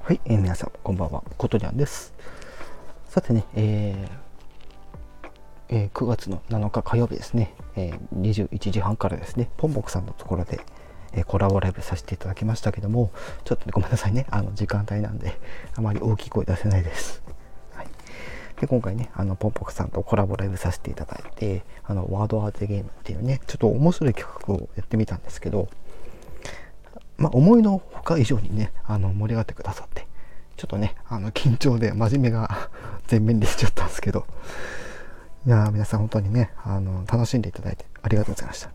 はい、皆さんこんばんは、ことにゃんです。さてね、9月の7日火曜日ですね、21時半からですね、ポンポクさんのところで、コラボライブさせていただきましたけども、ちょっと、ごめんなさいね、時間帯なんであまり大きい声出せないです。はい、で今回ね、ポンポクさんとコラボライブさせていただいて、ワードアートゲームっていうね、ちょっと面白い企画をやってみたんですけど、思いのほか以上にね、盛り上がってくださって、ちょっとね、緊張で真面目が前面に出ちゃったんですけど、いやー、皆さん本当にね、楽しんでいただいてありがとうございました。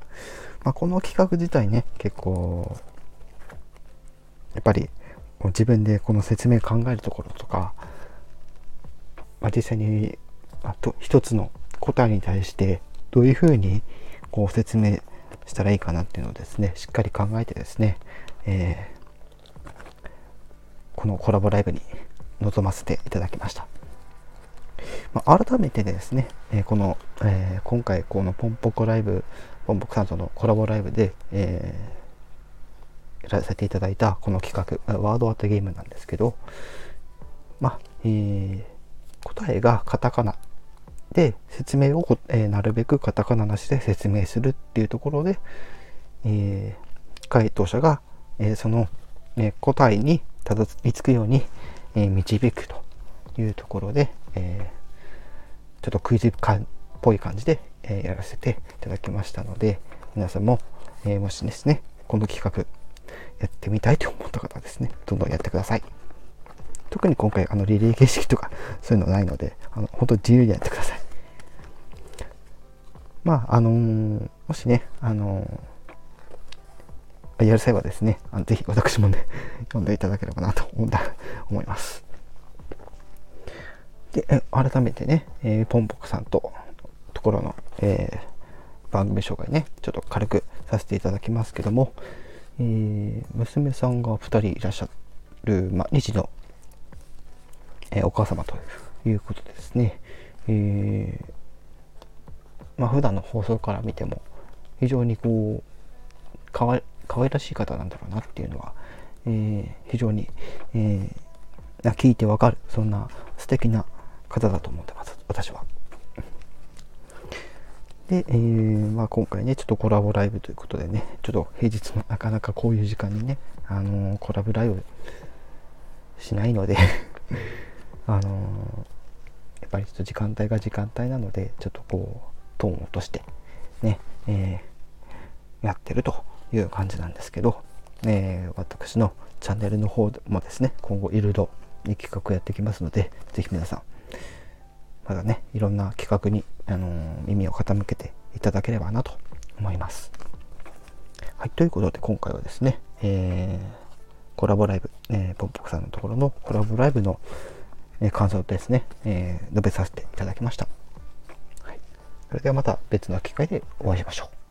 この企画自体ね、結構、やっぱり自分でこの説明考えるところとか、実際に一つの答えに対してどういうふうにこう説明したらいいかなっていうのをですね、しっかり考えてですね、このコラボライブに臨ませていただきました。改めてですね、今回このポンポクさんとのコラボライブで、やらせていただいたこの企画ワードアートゲームなんですけど、答えがカタカナで説明を、なるべくカタカナなしで説明するっていうところで、回答者が、その、答えにたどり着くように、導くというところで、ちょっとクイズっぽい感じで、やらせていただきましたので、皆さんも、もしですね、この企画やってみたいと思った方はですね、どんどんやってください。特に今回リレー形式とかそういうのないので、本当に自由にやってください。もしね、やる際はですね、ぜひ私もね、読んでいただければなと思います。で、改めてね、ポンポクさんところの、番組紹介ね、ちょっと軽くさせていただきますけども、娘さんが2人いらっしゃる、2児の、お母様ということでですね、普段の放送から見ても非常にこう可愛らしい方なんだろうなっていうのは、非常に、聞いてわかる、そんな素敵な方だと思ってます、私は。で、今回ね、ちょっとコラボライブということでね、ちょっと平日のなかなかこういう時間にね、コラボライブしないのでやっぱりちょっと時間帯が時間帯なので、ちょっとこうトーンを落としてね、やってるという感じなんですけど、私のチャンネルの方もですね、今後いろいろ企画やっていきますので、ぜひ皆さんまだね、いろんな企画に、耳を傾けていただければなと思います。はい、ということで今回はですね、コラボライブ、ポンポクさんのところのコラボライブの、感想ですね、述べさせていただきました。はい、それではまた別の機会でお会いしましょう。